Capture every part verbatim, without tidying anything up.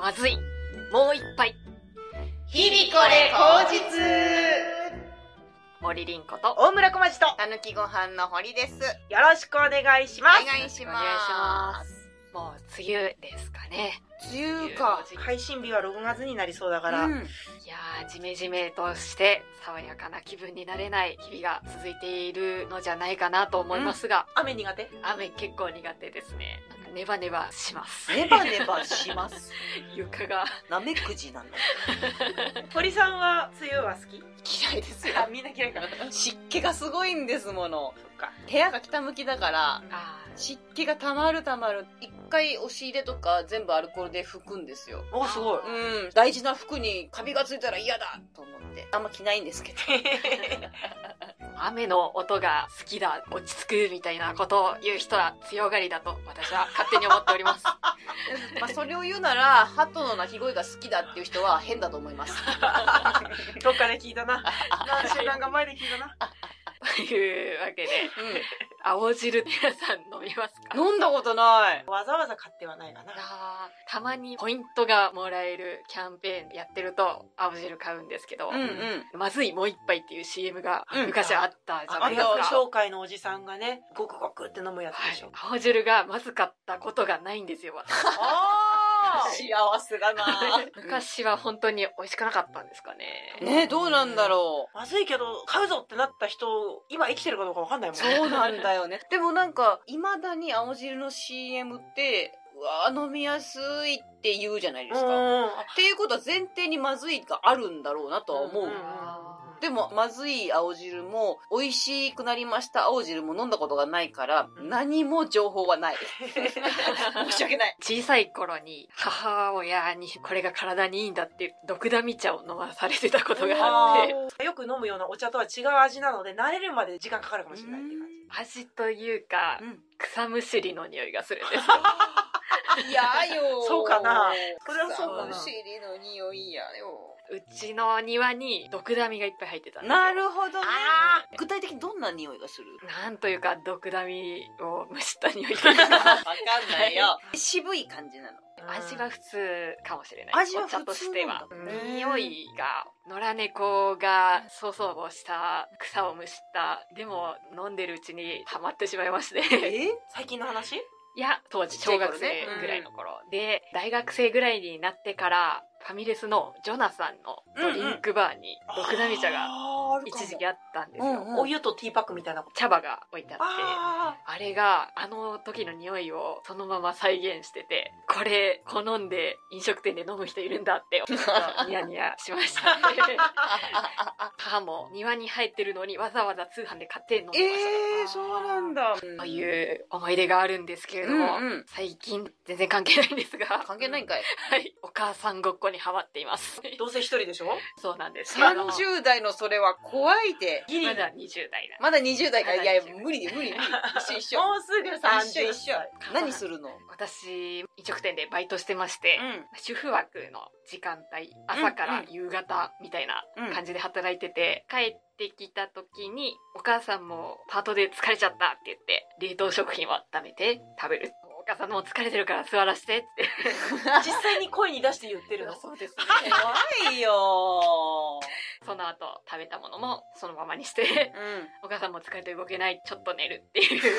まずい、もう一杯。 日々これ口実。 森凛子と大村小町とたぬきご飯の堀です。 よろしくお願いします。 お願いします。 お願いします。もう梅雨ですかね。 梅雨か。 配信日はろくがつになりそうだから、 うん、 いやー、ジメジメとして爽やかな気分になれない日々が続いているのじゃないかなと思いますが、 雨苦手？ 雨結構苦手ですね。なんかネバネバします。 ネバネバします。 床がなめくじなの。 堀さんは梅雨は好き？ 嫌いですよ。 あ、みんな嫌いかな。 湿気がすごいんですもの。 そっか。 部屋が北向きだから、 あ湿気がたまるたまる。一回押し入れとか全部アルコールで拭くんですよ。 お、すごい。 うん。大事な服にカビがついたら嫌だと思って。あんま着ないんですけど。 雨の音が好きだ、落ち着くみたいなことを言う人は強がりだと私は勝手に思っております。 まあそれを言うなら、鳩の鳴き声が好きだっていう人は変だと思います。 どっかで聞いたな。何週間か前で聞いたな。 というわけで、青汁皆さん飲みますか？ 飲んだことない。 わざわざ買ってはないかな。 あー、たまにポイントがもらえるキャンペーンやってると青汁買うんですけど、 うんうん。 まずいもう一杯っていう シーエム がうん昔あったじゃなあれはいですか。 紹介のおじさんがね、ゴクゴクって飲むやつでしょ。 はい、青汁がまずかったことがないんですよ、私。 あー幸せだな。 昔は本当に美味しくなかったんですかね。 ね、どうなんだろう。 まずいけど、買うぞってなった人、今生きてるかどうかわかんないもんね。 そうなんだよね。でもなんか、未だに青汁の シーエム って、うわー飲みやすいって言うじゃないですか。 うん。 っていうことは前提にまずいがあるんだろうなとは思う。 うんでも、まずい青汁も、美味しくなりました青汁も飲んだことがないから、何も情報はない。申し訳ない。 小さい頃に母親にこれが体にいいんだって毒ダミ茶を飲まされてたことがあって、 あーよく飲むようなお茶とは違う味なので、慣れるまで時間かかるかもしれないっていう感じ。 味というか、 うん草むしりの匂いがするんですよ。 いやよ。 そうかな。それはそうかな。 草むしりの匂いやよ。 うちの庭に毒ダミがいっぱい入ってたんですよ。 なるほどね。 あ具体的にどんな匂いがする？ なんというか毒ダミを蒸した匂い。 わかんないよ。渋い感じなの。 味は普通かもしれない。 味は普通お茶としてはなんだね。 匂いが野良猫が粗相をした草を蒸した。でも飲んでるうちにハマってしまいまして。 え最近の話？ いや、当時小学生ぐらいの頃、で、大学生ぐらいになってからファミレスのジョナサンのドリンクバーに毒ダミ茶が一時期あったんですよ。 うんうんお湯とティーパックみたいなこと。 茶葉が置いてあって、 ああれがあの時の匂いをそのまま再現してて、これ好んで飲食店で飲む人いるんだってちょっとニヤニヤしました、ね。母も庭に生えてるのにわざわざ通販で買って飲んでました。 えー、そうなんだ。 という思い出があるんですけれども、 うんうん、 最近全然関係ないんですが、 関係ないんかい。 はい、お母さんごっこにハマっています。 どうせ一人でしょ？ そうなんです。 さんじゅう代のそれは怖いで。 ギリ。 まだにじゅう代だ。 まだにじゅう代か。 まだいや、 にじゅう代無理無理無理。一緒一緒。 もうすぐさんじゅう一緒一緒。何するの？ 私、飲食店でバイトしてまして、 うん主婦枠の時間帯、朝から夕方みたいな感じで働いてて、帰ってきた時に、お母さんもパートで疲れちゃったって言って、冷凍食品を温めて食べる。お母さんも疲れてるから座らせてって。 実際に声に出して言ってるの？ そうですね。 怖いよその後食べたものもそのままにして、 ー。うん。 お母さんも疲れて動けない、ちょっと寝るっていう。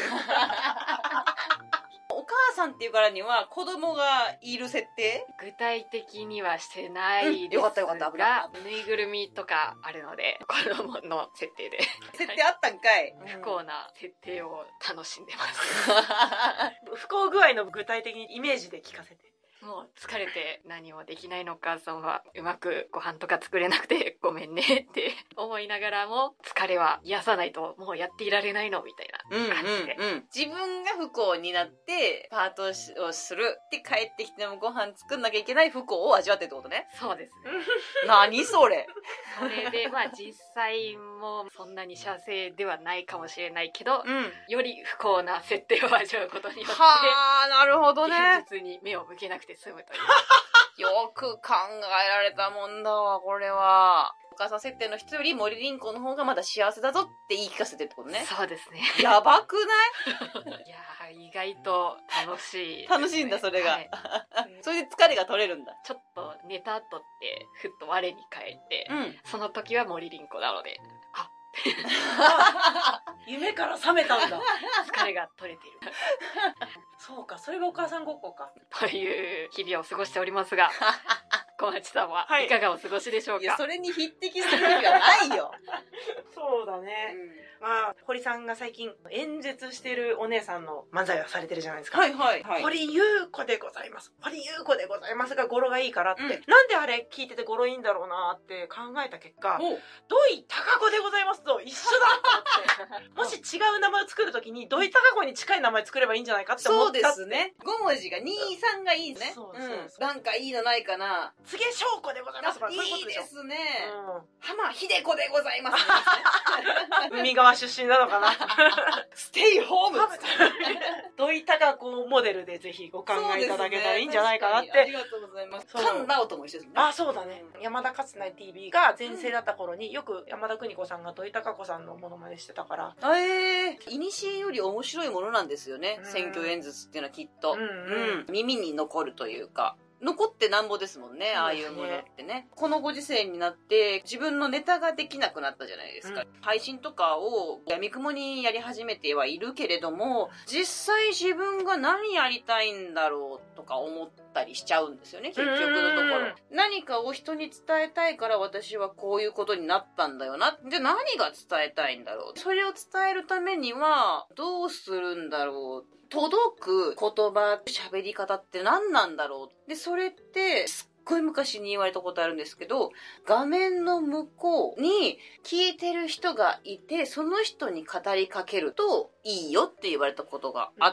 お母さんっていうからには子供がいる設定？ 具体的にはしてないですが、 うんよかったよかった危なかっぬいぐるみとかあるので、子供の設定で設定あったんかい。 不幸な設定を楽しんでます。 不幸具合の具体的にイメージで聞かせて。 もう疲れて何もできないのお母さんは、うまくご飯とか作れなくてごめんねって思いながらも、疲れは癒さないともうやっていられないのみたいな感じで、 うんうんうん、自分が不幸になってパートをするって帰ってきてもご飯作んなきゃいけない不幸を味わってってことね。 そうですね。 何それ。 それでまあ実際もそんなに幸せではないかもしれないけど、 うん、 より不幸な設定を味わうことによって、 はあ、なるほどね。 現実に目を向けなくて済むという。 よく考えられたもんだわ、これは。お母さん設定の人より森凛子の方がまだ幸せだぞって言い聞かせてってことね。 そうですね。 やばくない？ いやー、意外と楽しいですね、 楽しいんだそれが、 はい、 それで疲れが取れるんだ。 ちょっと寝た後ってふっと我に返って、 うん、 その時は森凛子なので、あ夢から覚めたんだ。 疲れが取れているそうか、それがお母さんごっこかという日々を過ごしておりますが小町さんはいかがお過ごしでしょうか。 いや、それに匹敵する日はないよそうだね、うん、まあ堀さんが最近演説してるお姉さんの漫才をされてるじゃないですか。 はいはいはい。 堀優子でございます、堀優子でございますが語呂がいいからって、うん、なんであれ聞いてて語呂いいんだろうなって考えた結果、土井孝子でございますと一緒だと思ってもし違う名前を作るときに土井孝子に近い名前作ればいいんじゃないかって思ったって。 そうですね、ご文字がに、さんがいいね。そうそうそう、うん、なんかいいのないかな。 柘植翔子でございますとか、そういうことでしょ。 いいですね、 うん、 浜秀子でございます、 ね、海側出身なのかなステイホーム土井孝子モデルでぜひご考えいただけたらいいんじゃないかなって、ね、 ありがとうございます。菅直人も一緒ですね。 あ、そうだね、うん、山田かつない ティービー が全盛だった頃によく山田邦子さんが土井孝子さんのモノマネしてたから、 ええー、いにしえより面白いものなんですよね、うん、選挙演説っていうのはきっと、うんうんうん、耳に残るというか残ってなんぼですもんね、ああいうものってね。このご時世になって自分のネタができなくなったじゃないですか、うん、配信とかを闇雲にやり始めてはいるけれども、実際自分が何やりたいんだろうとか思ったりしちゃうんですよね、結局のところ。何かを人に伝えたいから私はこういうことになったんだよな。じゃあ何が伝えたいんだろう、それを伝えるためにはどうするんだろう、届く言葉、喋り方って何なんだろう。で、それってすっごい昔に言われたことあるんですけど、画面の向こうに聞いてる人がいて、その人に語りかけるといいよって言われたことがあって、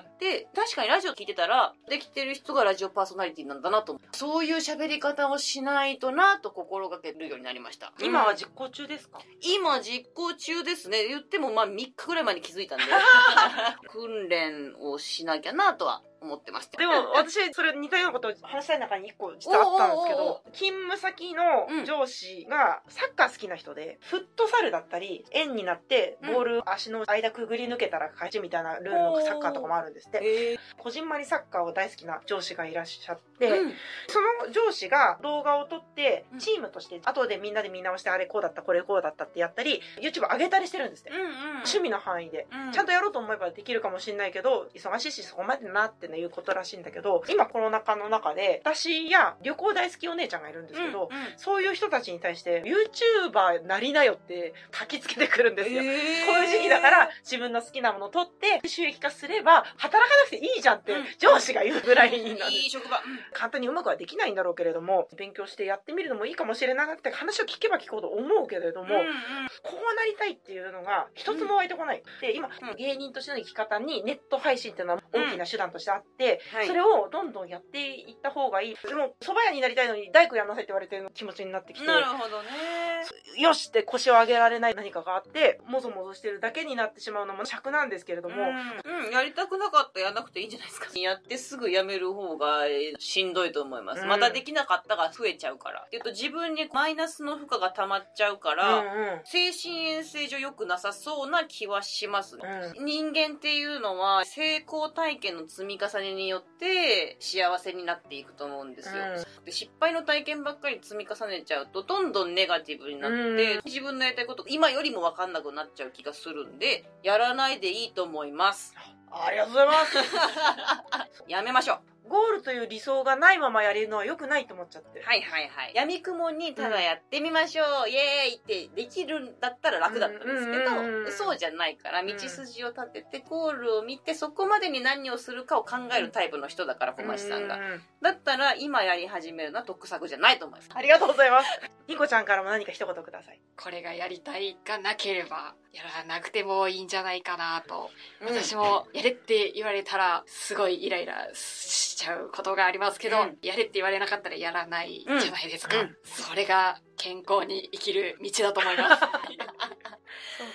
確かにラジオ聞いてたら、できてる人がラジオパーソナリティなんだなと、そういう喋り方をしないとなと心がけるようになりました。 今は実行中ですか？ 今実行中ですね。言ってもまあみっかぐらい前に気づいたんで訓練をしなきゃなとは思ってました。 でも私それ似たようなことを話したい中にいっこ実はあったんですけど、勤務先の上司がサッカー好きな人で、フットサルだったり円になってボール足の間くぐり抜けたら勝ちみたいなルールのサッカーとかもあるんですって。こじんまりサッカーを大好きな上司がいらっしゃって、うん、その上司が動画を撮ってチームとして後でみんなで見直して、あれこうだったこれこうだったってやったり YouTube 上げたりしてるんですって、うんうん、趣味の範囲で、うん、ちゃんとやろうと思えばできるかもしれないけど忙しいしそこまでなっていうことらしいんだけど、今コロナ禍の中で私や旅行大好きお姉ちゃんがいるんですけど、うんうん、そういう人たちに対して YouTuber なりなよって焚きつけてくるんですよ、えー、こういう時期だから自分の好きなものを撮って収益化すれば働かなくていいじゃんって上司が言うぐらいになる、 いい職場、うん、 簡単にうまくはできないんだろうけれども勉強してやってみるのもいいかもしれないなって話を聞けば聞くほど思うけれども、うんうん、こうなりたいっていうのが一つも湧いてこない、うん、で今、うん、芸人としての生き方にネット配信っていうのは大きな手段としてあって、うんはい、それをどんどんやっていった方がいい。でも蕎麦屋になりたいのに大工やんなさいって言われてる気持ちになってきて、 なるほどね、 よしって腰を上げられない何かがあってもぞもぞしてるだけになってしまうのも尺なんですけれども、 うん、うん、やりたくなかったらやんなくていいんじゃないですか。やってすぐやめる方がしんどいと思います、うん、またできなかったが増えちゃうからっていうと自分にマイナスの負荷が溜まっちゃうから、うんうん、精神衛生上良くなさそうな気はします、うん、人間っていうのは成功体験の積み重ねによって幸せになっていくと思うんですよ、うん、で失敗の体験ばっかり積み重ねちゃうとどんどんネガティブになって、うん、自分のやりたいこと今よりも分かんなくなっちゃう気がするんでやらないでいいと思います。 ありがとうございますやめましょう。 ゴールという理想がないままやれるのは良くないと思っちゃって。 はいはいはい。闇雲にただやってみましょう、うん、イエーイってできるんだったら楽だったんですけど、うんうんうん、そうじゃないから道筋を立ててゴールを見てそこまでに何をするかを考えるタイプの人だから小町さんが、うんうん、だったら今やり始めるのは得策じゃないと思います。 ありがとうございます。ニコちゃんからも何か一言ください。 これがやりたいがなければやらなくてもいいんじゃないかなと、うん、私もやれって言われたらすごいイライラしちゃうことがありますけど、うん、やれって言われなかったらやらないじゃないですか、うんうん、それが健康に生きる道だと思いますそうか。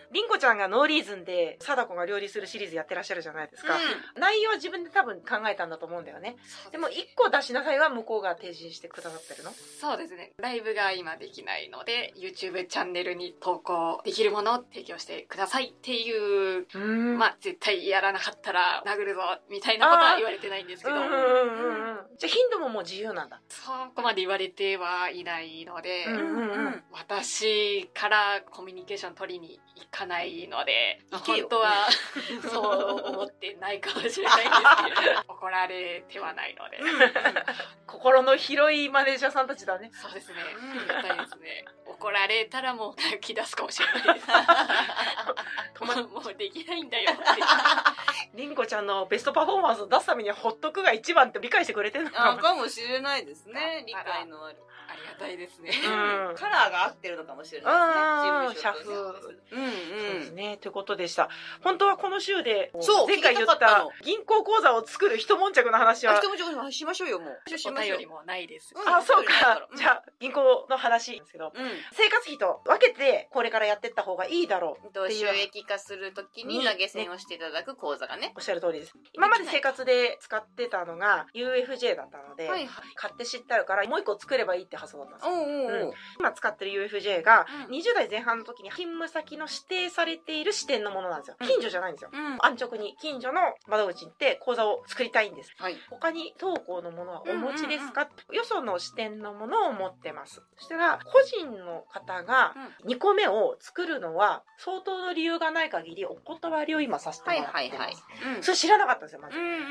りんこちゃんがノーリーズンで貞子が料理するシリーズやってらっしゃるじゃないですか、うん、内容は自分で多分考えたんだと思うんだよね。でもいっこ出しなさいは向こうが提示してくださってるの？ そうですね。ライブが今できないので YouTube チャンネルに投稿できるものを提供してくださいっていう、うんまあ絶対やらなかったら殴るぞみたいなことは言われてないんですけど、うんうんうんうん、じゃあ頻度ももう自由なんだ。 そこまで言われてはいないので、 うんうんうん、 私からコミュニケーション取りに行かないので本当はそう思ってないかもしれないんですけど怒られてはないので心の広いマネージャーさんたちだね。 そうですね、ありがたいですね。怒られたらもう泣き出すかもしれないですもうできないんだよってりんこちゃんのベストパフォーマンスを出すためにはほっとくが一番って理解してくれてるのかもかもしれないですね。理解のある。 ありがたいですね、 うん、カラーが合ってるのかもしれないですね。 社風。うんうん。そうですね。ということでした。本当はこの週で、 そう前回言った銀行口座を作る一悶着の話は。 一悶着しましょうよ、もう。 お便りもないです。 うん、あ、そうか。じゃあ、銀行の話ですけど、うん、生活費と分けてこれからやっていった方がいいだろうっていう。 収益化するときに投げ銭をしていただく口座がね。 おっしゃる通りです。今まで生活で使ってたのが ユーエフジェー だったので、はいはい、買って知ってあるからもう一個作ればいいって発想だったんですよ。うん、今使ってる ユーエフジェー がにじゅう代前半の時に勤務先の指定されている支店のものなんですよ。近所じゃないんですよ。うん、安直に近所の窓口に行って口座を作りたいんです。はい、他に当行のものはお持ちですか、うんうんうん、よその支店のものを持ってます。そしたら個人の方がにこめを作るのは相当の理由がない限りお断りを今させてもらってます。はいはいはい、うん、それ知らなかったんですよ、まず。うんうん、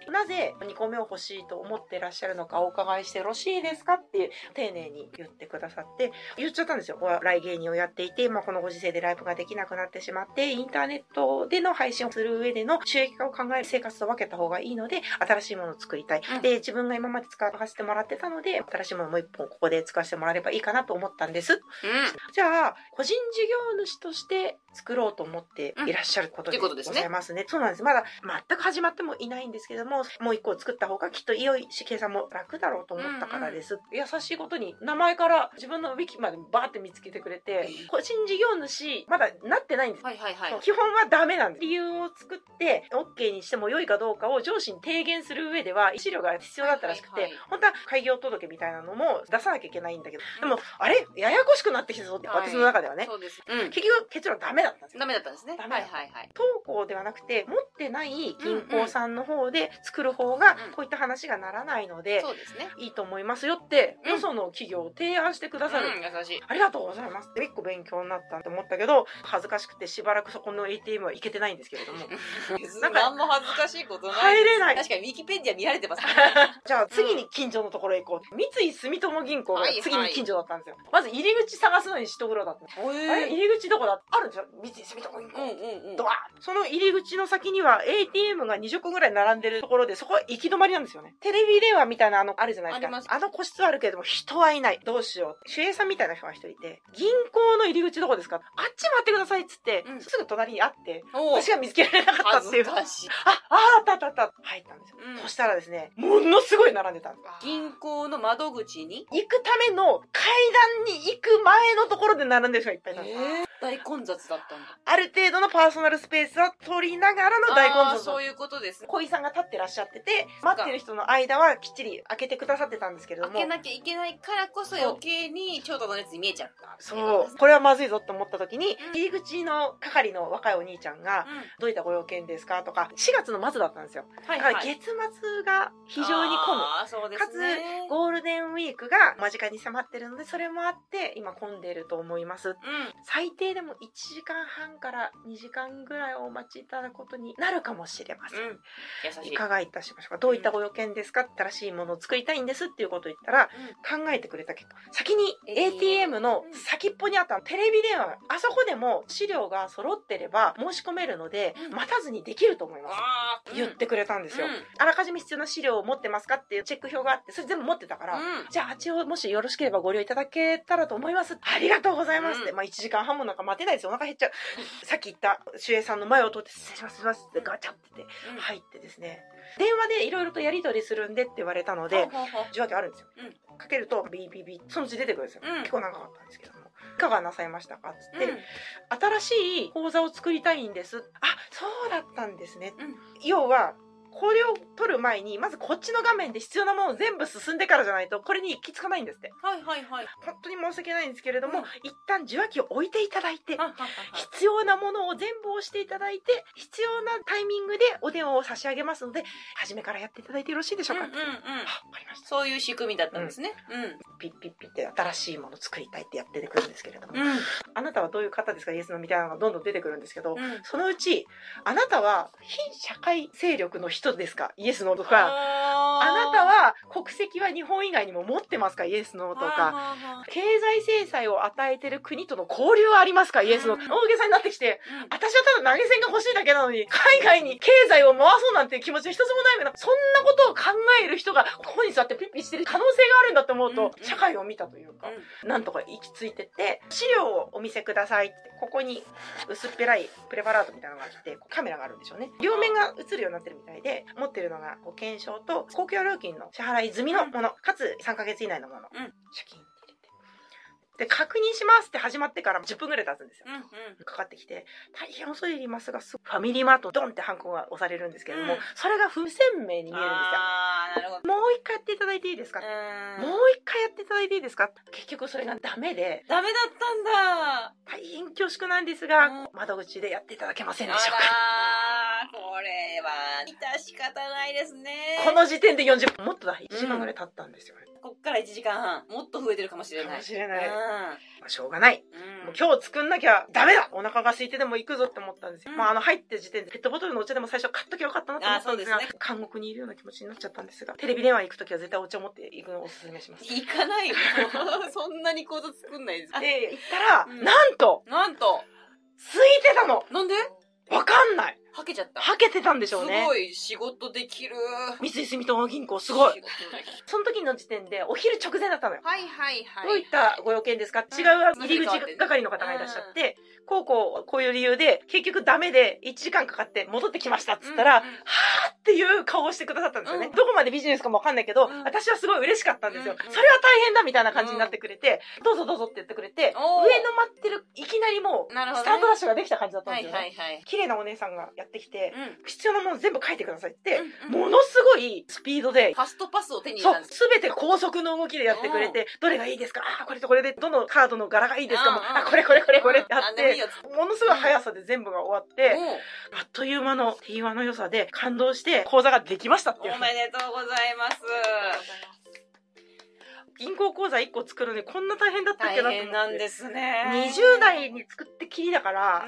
なぜにこめを欲しいと思ってらっしゃるのかお伺いしてよろしいですかって丁寧に言ってくださって、言っちゃったんですよ。お笑い芸人をやっていて、まあ、このご時世でライブができなくなってしまって、インターネットでの配信をする上での収益化を考える生活と分けた方がいいので、新しいものを作りたい。うん、で、自分が今まで使わせてもらってたので、新しいものをもう一本ここで使わせてもらえればいいかなと思ったんです。うん、じゃあ、個人事業主として作ろうと思っていらっしゃることでございますね。うん、そうなんです。まだ全く始まってもいないんですけども、もう一個作った方がきっと良いし、計算も楽だろうと思ったからです。うんうん、優しいことに、名前から自分のウィキまでバーって見つけてくれて、個人事業主、まだなってないんです。はいはいはい。基本はダメなんです。理由を作って、OK にしても良いかどうかを上司に提言する上では、資料が必要だったらしくて、はいはいはい、本当は開業届みたいなのも出さなきゃいけないんだけど、でも、あれややこしくなってきたぞって、はい、私の中ではね。そうです。うん。結局、結論ダメだったんですよ。 ダメだったんですね。 ダメ。はいはいはい。当行ではなくて、持ってない銀行さんの方で作る方が、こういった話がならないので、そうですね。いいと思いますよって、よその企業を提案してくださる。うん、優しい。ありがとうございます。一個勉強になったと思ったけど、恥ずかしくてしばらくそこの エーティーエム は行けてないんですけれども。 なんか何も恥ずかしいことない。 入れない。 確かにウィキペディア見られてますね。 じゃあ次に近所のところへ行こう。三井住友銀行が次に近所だったんですよ。はいはい、まず入り口探すのに一苦労だった。あれ入り口どこだあるんですよ。三井住友銀行。うんうんうん。ドワーン。その入り口の先には エーティーエム がにじゅっこぐらい並んでるところで、そこは行き止まりなんですよね。テレビ電話みたいなあの、あるじゃないですか。あります。あの個室はあるけれども人はいない。どうしよう。守衛さんみたいな人が一人いて、銀行の入り口どこですか？あっち待ってくださいっつって、うん、すぐ隣にあって、私が見つけられなかったっていう。恥ずかしい。あ、ああったあったあった。入ったんですよ。うん、そしたらですね、ものすごい並んでたんです。 銀行の窓口に行くための階段に行く前のところで並んでる人がいっぱいいたんです。えー、 大混雑だったんだ。 ある程度のパーソナルスペースは取りながらの大混雑。 そういうことです。 小井さんが立ってらっしゃってて、待ってる人の間はきっちり開けてくださってたんですけれども。 開けなきゃいけないからこそ余計に長蛇の列に見えちゃった。 そう。これはまずいぞと思った時に、入り口の係の若いお兄ちゃんが、うん、どういったご用件ですかとか、しがつの末だったんですよ。はいはい、だから月末が非常に混む。あ、そうですね。かつ、ゴールデンウィークが間近に迫ってるので、それもあって、今混んでいると思います。うん、最低でもいちじかんはんからにじかんぐらいお待ちいただくことになるかもしれません。うん、優しい。いかがいたしましょうか。どういったご用件ですか、うん、新しいものを作りたいんですっていうことを言ったら、うん、考えてくれた結果、先に エーティーエム の先っぽにあったテレビ電話、あそこでも資料が揃ってれば申し込めるので、うん、待たずにできると思います。うん、言ってくれたんですよ、うん。あらかじめ必要な資料を持ってますかっていうチェック表があって、それ全部持ってたから、うん、じゃああっちをもしよろしければご利用いただけたらと思います。ありがとうございますって、うん、まあいちじかんはんもなんか待てないですよ。お腹減っちゃう。さっき言った守衛さんの前を通って、失礼します、失礼しますってガチャってて、うん、入ってですね、電話でいろいろとやり取りするんでって言われたので、受話器あるんですよ。うん、かけるとビービービー、そのうち出てくるんですよ。うん、結構長かったんですけども。 いかがなさいましたかっつって、 うん、 新しい講座を作りたいんです。あ、そうだったんですね。 うん、 要は、これを取る前に、まずこっちの画面で必要なものを全部進んでからじゃないと、これに行き着かないんですって。 はいはいはい。 本当に申し訳ないんですけれども、 うん、 一旦受話器を置いていただいて、 はははは必要なものを全部押していただいて、必要なタイミングでお電話を差し上げますので、初めからやっていただいてよろしいでしょうか。 うんうんうん。わかりました。 そういう仕組みだったんですね。うん。 ピッピッピッって新しいものを作りたいってやってくるんですけれども、 うん、 あなたはどういう方ですかイエスのみたいなのがどんどん出てくるんですけど、 うん、 そのうち、あなたは非社会勢力の人ですかイエスのとか、あなたは国籍は日本以外にも持ってますかイエスのとか、経済制裁を与えてる国との交流はありますかイエスの、うん、大げさになってきて、うん、私はただ投げ銭が欲しいだけなのに、海外に経済を回そうなんていう気持ちは一つもないけど、そんなことを考える人がここに座ってピッピしてる可能性があるんだと思うと、うん、社会を見たというか、うん、なんとか行き着いてて、資料をお見せくださいって、ここに薄っぺらいプレパラートみたいなのがあって、カメラがあるんでしょうね。両面が映るようになってるみたいで、持ってるのが保険証と公共料金の支払い済みのもの、かつさんかげつ以内のもの、うん、シャキンって入れて。で、確認しますって始まってからじゅっぷんぐらい経つんですよ。うんうん、かかってきて、大変恐れ入りますが、ファミリーマートドンってハンコが押されるんですけれども、うん、それが不鮮明に見えるんですよ。 あー、なるほど。 もう一回やっていただいていいですか、もう一回やっていただいていいですか結局それがダメで。 ダメだったんだ。 大変恐縮なんですが、うん、窓口でやっていただけませんでしょうか。 あー、これは、致し方ないですね。 この時点でよんじゅっぷん、もっとだ、いちじかんぐらい経ったんですよね。 うん、こっからいちじかんはん、もっと増えてるかもしれない。 かもしれない。 うん、 まあ、しょうがない。うん、もう今日作んなきゃダメだお腹が空いてでも行くぞって思ったんですよ。うん、まあ、あの、入ってる時点でペットボトルのお茶でも最初買っときゃよかったなと思ったんですが、すね、監獄にいるような気持ちになっちゃったんですが、テレビ電話行くときは絶対お茶を持って行くのをおすすめします。 行かないよ。そんなに講座作んないです。 で、行ったら、うん、なんとなんと空いてたの。 なんでわかんない。 はけちゃった。 はけてたんでしょうね。 すごい仕事できる。 三井住友銀行すごい。その時の時点でお昼直前だったのよ。 はいはいはい。 どういったご用件ですか、うん、違う入り口係の方がいらっしゃって、うん、こうこうこういう理由で結局ダメでいちじかんかかって戻ってきましたっつったら、うんうん、はーっていう顔をしてくださったんですよね。うん、どこまでビジネスかもわかんないけど、うん、私はすごい嬉しかったんですよ。うんうん、それは大変だみたいな感じになってくれて、うん、どうぞどうぞって言ってくれて、上の待ってるいきなりもうスタートダッシュができた感じだったんですよね。はいはいはい、綺麗なお姉さんがやってきて、うん、必要なもの全部書いてくださいって、うんうん、ものすごいスピードでファストパスを手に入れたんです。 そう、すべて高速の動きでやってくれて、どれがいいですか、あ、これとこれでどのカードの柄がいいですか、もう、あ、これこれこれこれってやって、ものすごい速さで全部が終わって、あっという間の手際の良さで感動して講座ができましたっていう。 おめでとうございます。 銀行口座いっこ作るのにこんな大変だったっけなと思って。 大変なんですね。 にじゅう代に作ってきりだから、 うん、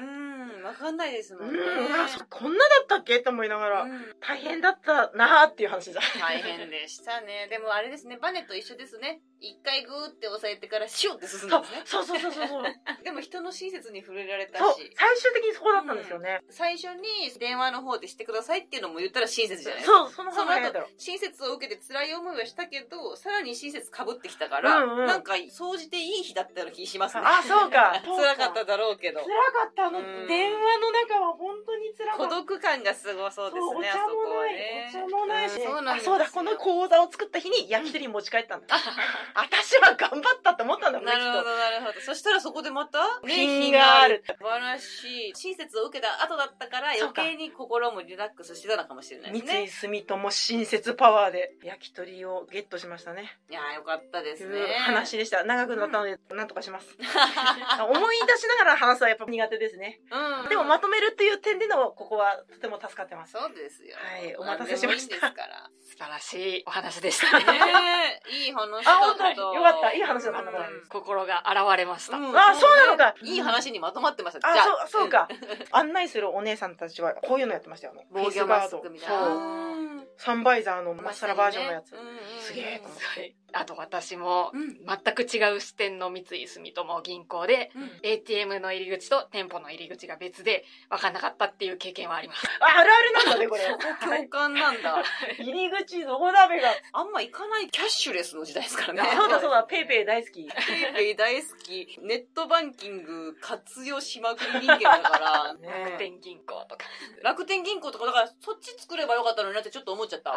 わかんないですもんね。うん、 こんなだったっけと思いながら、うん、大変だったなーっていう話じゃ大変でしたね。でもあれですね、バネと一緒ですね。一回グーって押さえてからシュッって進んだんですね。 そうそうそうそうそう。 でも人の親切に触れられたし。 そう、最終的にそうだったんですよね。 うん、最初に電話の方でしてくださいっていうのも言ったら親切じゃないですか。そう、その方が早いだろ。 親切を受けて辛い思いはしたけど、さらに親切被ってきたから、うんうん、なんか総じていい日だったような気しますね。 あ、そうか。 辛かっただろうけど。 辛かったの、うん、電話の中は本当に辛かった。 孤独感がすごそうですね、あそこはね。 お茶もないし、 うん、そうなんですよ。 あ、そうだ、この講座を作った日に焼き鳥持ち帰ったんだ。私は頑張ったって思ったんだもんね。 なるほど、なるほど。そしたらそこでまた、 ね、品がある。 素晴らしい。親切を受けた後だったから余計に心もリラックスしてたのかもしれないですね。 三井住友親切パワーで焼き鳥をゲットしましたね。 いやー、よかったですね。 話でした。長くなったので、うん、なんとかします。思い出しながら話すはやっぱ苦手ですね。うんうん、でもまとめるっていう点での、ここはとても助かってます。 そうですよ。 はい、お待たせしました。いいですから。素晴らしいお話でしたね。いい話だった。 よかった。いい話だったのかな。 心が現れました。 うん、あ、そうなのか。 いい話にまとまってました。 あ、そう、そうか。案内するお姉さんたちはこういうのやってましたよ。 防御マスクみたいな。 そう。サンバイザーのマッサラバージョンのやつ。すげえと思って。 あと私も全く違う視点の三井住友銀行で、うん、エーティーエム の入り口と店舗の入り口が別で分かんなかったっていう経験はあります。 あるあるなんだねこれ。 共感なんだ。 入り口どこだべがあんま行かないキャッシュレスの時代ですからね。 そうだそうだ、ペイペイ大好き。 ペイペイ大好き。ネットバンキング活用しまくり人間だから。 ね、楽天銀行とか。 楽天銀行とかだからそっち作ればよかったのになってちょっと思っちゃった。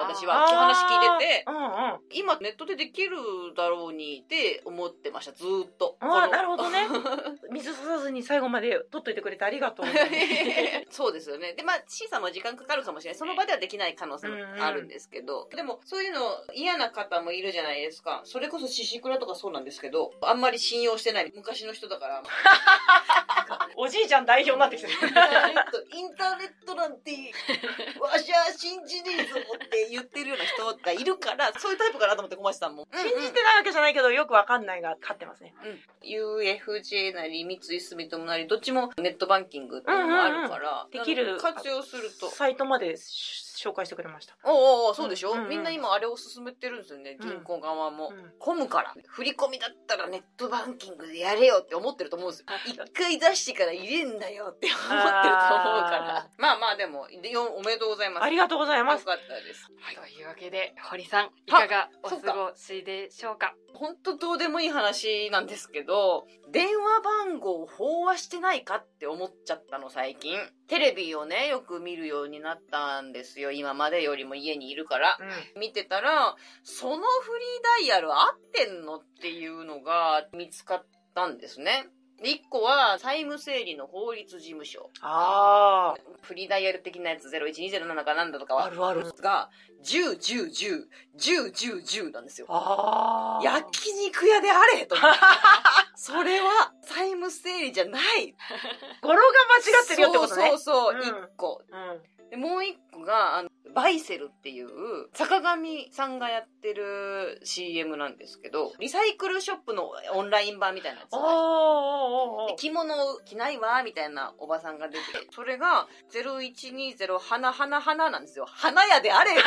私はって話聞いてて、 うんうん、 今ネットでできるだろうにって思ってました、ずーっと。 ああ、なるほどね。水ささずに最後まで取っといてくれてありがとう。 そうですよね。で、まあ C さんも時間かかるかもしれない、その場ではできない可能性もあるんですけど、うんうん、でもそういうの嫌な方もいるじゃないですか。それこそシシクラとかそうなんですけど、あんまり信用してない昔の人だからおじいちゃん代表になってきてる。 インターネットインターネットなんてわしゃ信じねえぞって言ってるような人がいるから、そういうタイプかなと思って、小町さんも信じてないわけじゃないけどよくわかんないが勝ってますね。 うん、ユーエフジェー なり三井住友なりどっちもネットバンキングっていうのもあるから、 うんうんうん、できる活用するとサイトまで紹介してくれました。 おうおう、そうでしょ、 うんうんうん、 みんな今あれを勧めてるんですよね、銀行側も、うん、 うん、 混むから振り込みだったらネットバンキングでやれよって思ってると思うんですよ。一回出してから入れんだよって思ってると思うからまあまあでもおめでとうございます。 ありがとうございます。 よかったです、 はい、というわけで堀さんいかがお過ごしでしょうか。 本当どうでもいい話なんですけど、電話番号を飽和してないかって思っちゃったの最近。テレビをねよく見るようになったんですよ、今までよりも家にいるから、うん、見てたらそのフリーダイヤル合ってんのっていうのが見つかったんですね。いっこは債務整理の法律事務所、 あフリーダイヤル的なやつゼロいちにゼロななかなんだとかはあるあるがじゅう、じゅう、じゅう、じゅう、じゅう、じゅうなんですよ。 あ焼肉屋であれと思ってそれは債務整理じゃない、 語呂が間違ってるよってことね。 そうそうそう、 うん、 いっこ、 うん、 でもういっこがあのバイセルっていう坂上さんがやってる シーエム なんですけど、リサイクルショップのオンライン版みたいなやつ、で着物を着ないわみたいなおばさんが出て、それがゼロいちにゼロ花花花なんですよ。花屋であれ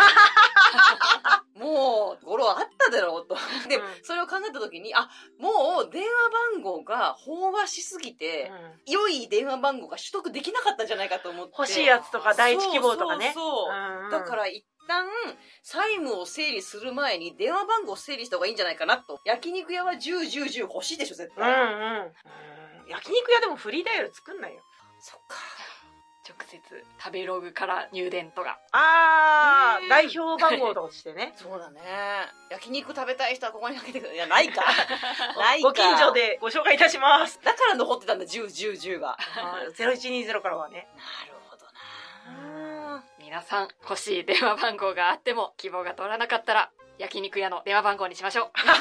もう語呂あっただろうとで、うん、それを考えた時に、あ、もう電話番号が飽和しすぎて、うん、良い電話番号が取得できなかったんじゃないかと思って、 欲しいやつとか第一希望とかね、 そうそうそう、うんうん、だから一旦債務を整理する前に電話番号を整理した方がいいんじゃないかなと。焼肉屋はじゅう、じゅう、じゅう欲しいでしょ絶対、うんうん、 焼肉屋でもフリーダイヤル作んないよ。 そっか、 直接食べログから入電とか、 あー、代表番号としてねそうだね、焼肉食べたい人はここにかけてください。いや、ないかないか、 ご近所でご紹介いたします。 だから残ってたんだ、じゅう、じゅう、じゅうがゼロいちにゼロからはね。 なるほどな。 皆さん欲しい電話番号があっても希望が通らなかったら焼肉屋の電話番号にしましょうどういう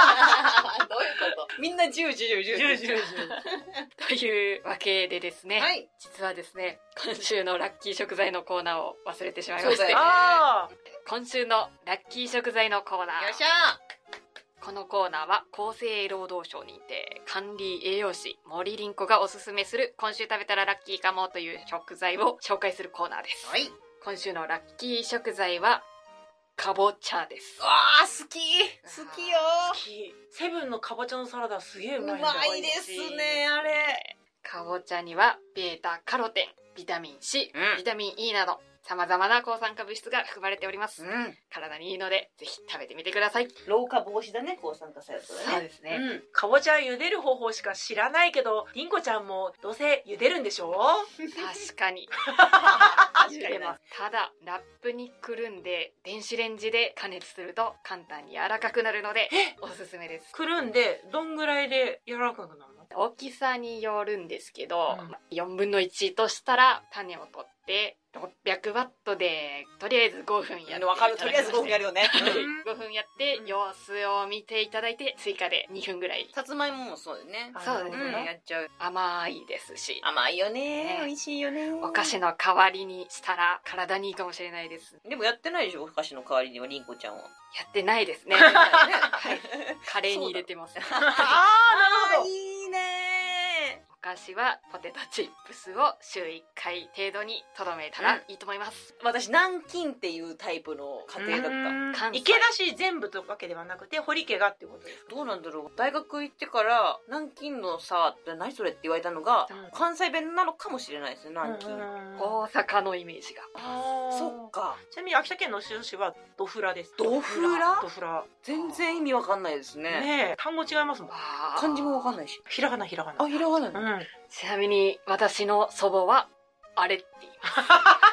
ことみんなじゅう、じゅう、じゅう、じゅう、じゅうというわけでですね、 はい、 実はですね、今週のラッキー食材のコーナーを忘れてしまいまして、 あ今週のラッキー食材のコーナー、 よっしゃー。 このコーナーは厚生労働省認定管理栄養士森凛子がおすすめする今週食べたらラッキーかもという食材を紹介するコーナーです、 はい、 今週のラッキー食材はかぼちゃです。 わー、好き好きよ好き。セブンのかぼちゃのサラダすげえうまいんだ。うまいですね、あれ。 かぼちゃにはベータカロテン、ビタミン C、うん、ビタミン E など様々な抗酸化物質が含まれております、うん、体にいいのでぜひ食べてみてください。 老化防止だね、抗酸化作用とね。そうですね、 うん、かぼちゃ茹でる方法しか知らないけどりんこちゃんもどうせ茹でるんでしょ確かに茹でます。ただラップにくるんで電子レンジで加熱すると簡単に柔らかくなるのでおすすめです。 くるんでどんぐらいで柔らかくなるの？ 大きさによるんですけど、うん、よんぶんのいちとしたら種を取ってろっぴゃくワットでとりあえずごふんやって、 わかる、とりあえずごふんやるよねごふんやって様子を見ていただいて追加でにふんぐらい。 さつまいももそうですね。 そうですね、 うん、やっちゃう。 甘いですし、 甘いよね、ね、美味しいよね。 お菓子の代わりにしたら体にいいかもしれないです。 でもやってないでしょ、お菓子の代わりにはりんこちゃんは。 やってないですねはい、カレーに入れてますああ、なるほど、 いいね。 お菓子はポテトチップスを週いっかい程度にとどめたらいいと思います、 うん、私南京っていうタイプの家庭だった。 池田市全部というわけではなくて堀家がっていうことですか？ どうなんだろう、大学行ってから南京のさって何それって言われたのが、うん、関西弁なのかもしれないですね、南京。 大阪のイメージが。 あ、そっか。 ちなみに秋田県の牛田市はドフラです。 ドフラ？ ドフラ全然意味わかんないですね。 ねえ、単語違いますもん。 漢字もわかんないし。 ひらがなひらがな。 あ、ひらがな、 うん、 ちなみに私の祖母はあれって言います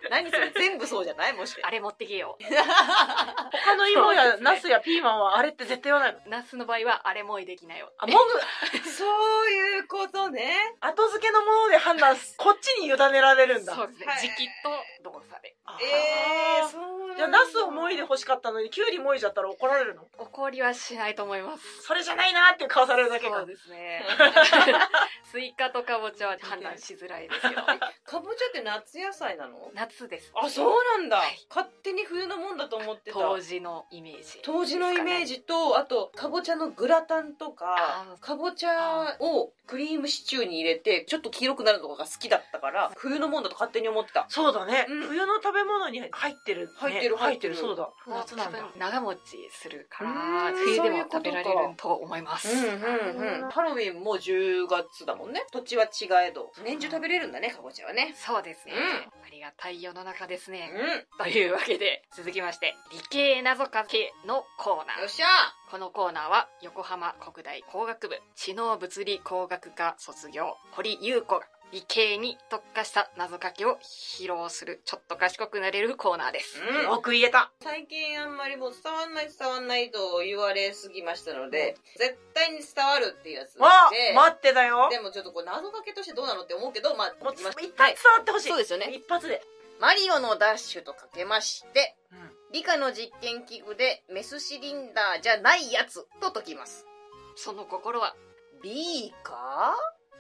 何それ全部そうじゃないもしあれ持ってけよ。 他の芋やナスやピーマンはあれって絶対言わないの？ ナスの場合はあれもいできなよ。 あ、もぐそういうことね。 後付けのもので判断す、こっちに委ねられるんだ。 そうですね。時期と動作で。 えー、そうなんだ。 じゃあナスをもいで欲しかったのにキュウリもいじゃったら怒られるの？ 怒りはしないと思います。 それじゃないなーっていう顔されるだけか。 そうですね。スイカとかぼちゃは判断しづらいですけど。 かぼちゃって夏野菜なの？ 夏です。 あ、そうなんだ、 はい、 勝手に冬のもんだと思ってた。 当時のイメージ、 当時のイメージと、あとかぼちゃのグラタンとか、かぼちゃをクリームシチューに入れてちょっと黄色くなるのが好きだったから冬のもんだと勝手に思ってた。 そうだね、 うん、 冬の食べ物に入ってる、ね、 入ってる入ってる、 そうだ、 夏なんだ。長持ちするから冬でも食べられると思います。 うんうんうん、ハロウィンもじゅうがつだもんね。土地は違えど年中食べれるんだね、かぼちゃはね。 そうですね、 うん、 ありがたい世の中ですね、 うん、 というわけで続きまして理系謎かけのコーナー。 よっしゃ。 このコーナーは横浜国大工学部知能物理工学科卒業堀優子が理系に特化した謎かけを披露するちょっと賢くなれるコーナーです、 うん、よく言えた。 最近あんまりもう伝わんない伝わんないと言われすぎましたので、絶対に伝わるっていうやつで、 わ待ってたよ。 でもちょっとこう謎かけとしてどうなのって思うけど、まあもう一発伝わってほしい、 はい、そうですよね。 一発で。 マリオのダッシュとかけまして、 うん、 理科の実験器具でメスシリンダーじゃないやつと解きます。 その心はビーカ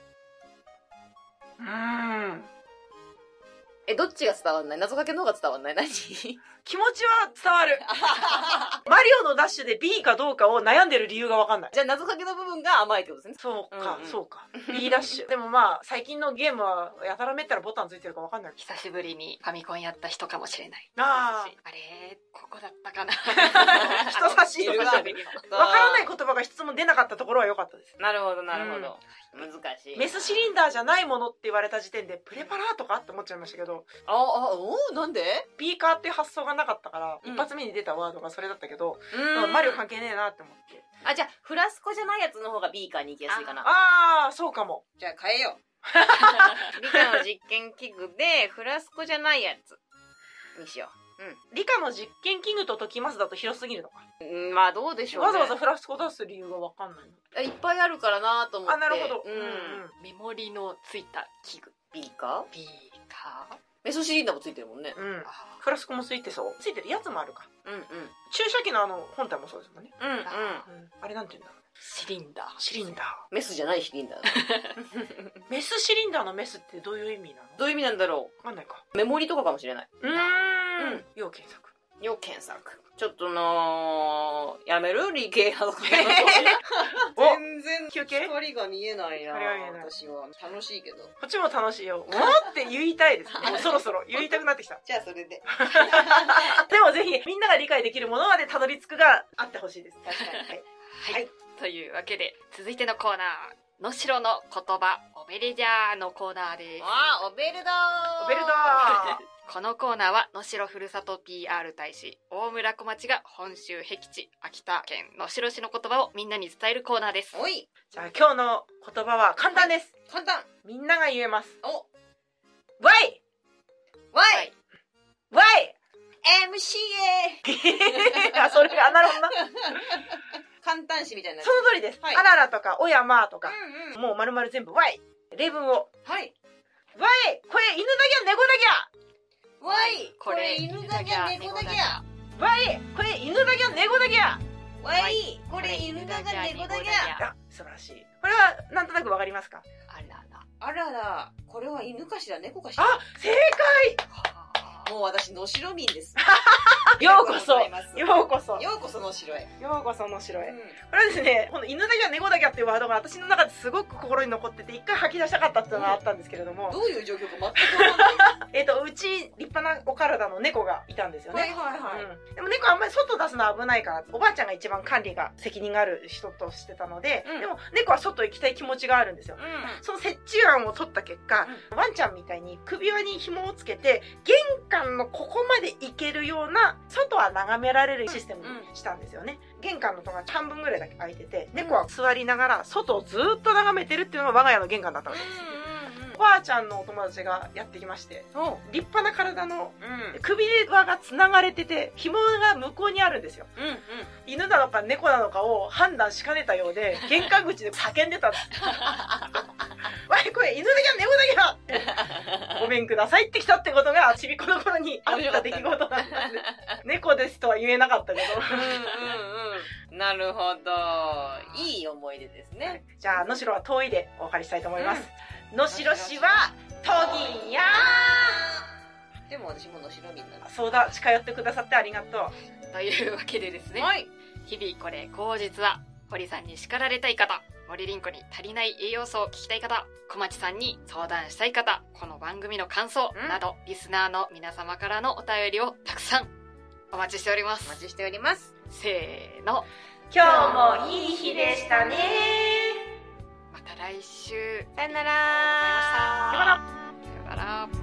ー？うーん。 え、どっちが伝わんない？謎かけの方が伝わんない？何？ 気持ちは伝わる。マリオのダッシュで B かどうかを悩んでる理由がわかんない。 じゃあ謎かけの部分が甘いってことですね。 そうか、 うんうん、 そうか。B ダッシュ。でもまあ、最近のゲームはやたらめったらボタンついてるかわかんない。 久しぶりにファミコンやった人かもしれない。 ああ。 あれ、ここだったかな。 人差し指が。わからない言葉が質問出なかったところは良かったです。 なるほど、なるほど。うん、難しい。 メスシリンダーじゃないものって言われた時点で、プレパラートかって思っちゃいましたけど。 ああ、おなんで？ ビーカーっていう発想がなかったから、うん、一発目に出たワードがそれだったけど、マリオ関係ねえなって思って。 あ、じゃあ、フラスコじゃないやつの方がビーカーに行きやすいかな。 ああ、そうかも。 じゃあ変えよう。理科の実験器具で、フラスコじゃないやつにしよう。うん。 理科の実験器具と解きますだと広すぎるのか。 うん、まあどうでしょうね。 わざわざフラスコ出す理由がわかんないの。 いっぱいあるからなと思って。 あ、なるほど。 うん。うん、 メモリのついた器具。 ビーカー？ ビーカー？ メソシリンダーもついてるもんね。 うん。フラスコもついてそう。ついてるやつもあるか。 うんうん。 注射器のあの本体もそうですもんね。 うんうん。 うん、あれなんて言うんだろう。 シリンダー。 シリンダー。 メスじゃないシリンダー。 メスシリンダーのメスってどういう意味なの？ どういう意味なんだろう。 わかんないか。 メモリとかかもしれない。 うーん。うん。要検索。 要検索。ちょっとなー、やめる理系なのかな。全然休憩？ 光が見えないな。 光が見えない。 私は楽しいけど。 こっちも楽しいよ。おーって言いたいですね。もうそろそろ言いたくなってきた。 じゃあそれで。 でもぜひみんなが理解できるものまでたどり着くがあってほしいです。 確かに。はい。 はい。というわけで続いてのコーナー。のしろの言葉オベレジャーのコーナーです。 あー、オベルドー。 オベルドー。 このコーナーは能代ふるさと ピーアール 大使大村小町が本州僻地秋田県能代市の言葉をみんなに伝えるコーナーです。 おい。 じゃあ今日の言葉は簡単です。 簡単。 みんなが言えます。 お。 ワイワイワイエムシーエーあ、それが、なるほどな。 簡単詞みたいな。 その通りです。はい、あららとか、おやまとか、うんうん、もう丸々全部、ワイ。例文を。 はい。 ワイこれ犬だぎゃ、猫だぎゃ。 ワイこれ犬だぎゃ、猫だぎゃ。 ワイこれ犬だぎゃ、猫だぎゃ。 ワイこれ犬だぎゃ、猫だぎゃ。 あ、素晴らしい。これは、なんとなくわかりますか？ あらら。 あらら、これは犬かしら、猫かしら。 あ、正解もう私、能代民です。 ようこそようこそようこそ能代へ。 ようこそ能代へ。これはですね、この犬だぎゃ猫だぎゃっていうワードが私の中ですごく心に残ってて、一回吐き出したかったっていうのがあったんですけれども。 どういう状況か全くわかんない。 えっと、うち立派なお体の猫がいたんですよね。 はいはいはい。 うん、でも猫あんまり外出すのは危ないから、おばあちゃんが一番管理が責任がある人としてたので、うん、でも猫は外行きたい気持ちがあるんですよ。うん、その折衷案を取った結果、うん、ワンちゃんみたいに首輪に紐をつけて、玄関のここまで行けるような、外は眺められるシステムにしたんですよね。うん、玄関の戸が半分ぐらいだけ開いてて、猫は座りながら外をずっと眺めてるっていうのが我が家の玄関だったわけです。 おばあちゃんのお友達がやってきまして、立派な体の、うん、首輪が繋がれてて、紐が向こうにあるんですよ。うんうん、犬なのか猫なのかを判断しかねたようで、玄関口で叫んでたんです。わい、これ犬だけは猫だけはごめんくださいって来たってことが、ちびっこの頃にあった出来事だったんで、猫ですとは言えなかったけど。うんうんうん、なるほど。いい思い出ですね。はい、 じゃあ、能代は遠いでお別れしたいと思います。うん、能代市は、とぎんやー。でも私も能代民なんです。 そうだ、近寄ってくださってありがとう。というわけでですね。はい。日々これ口実は、堀さんに叱られたい方、森凛子に足りない栄養素を聞きたい方、小町さんに相談したい方、この番組の感想など、リスナーの皆様からのお便りをたくさんお待ちしております。 お待ちしております。 せーの。 今日もいい日でしたね。 また来週。 さよなら。 ありがとうございました。さよなら。さよなら。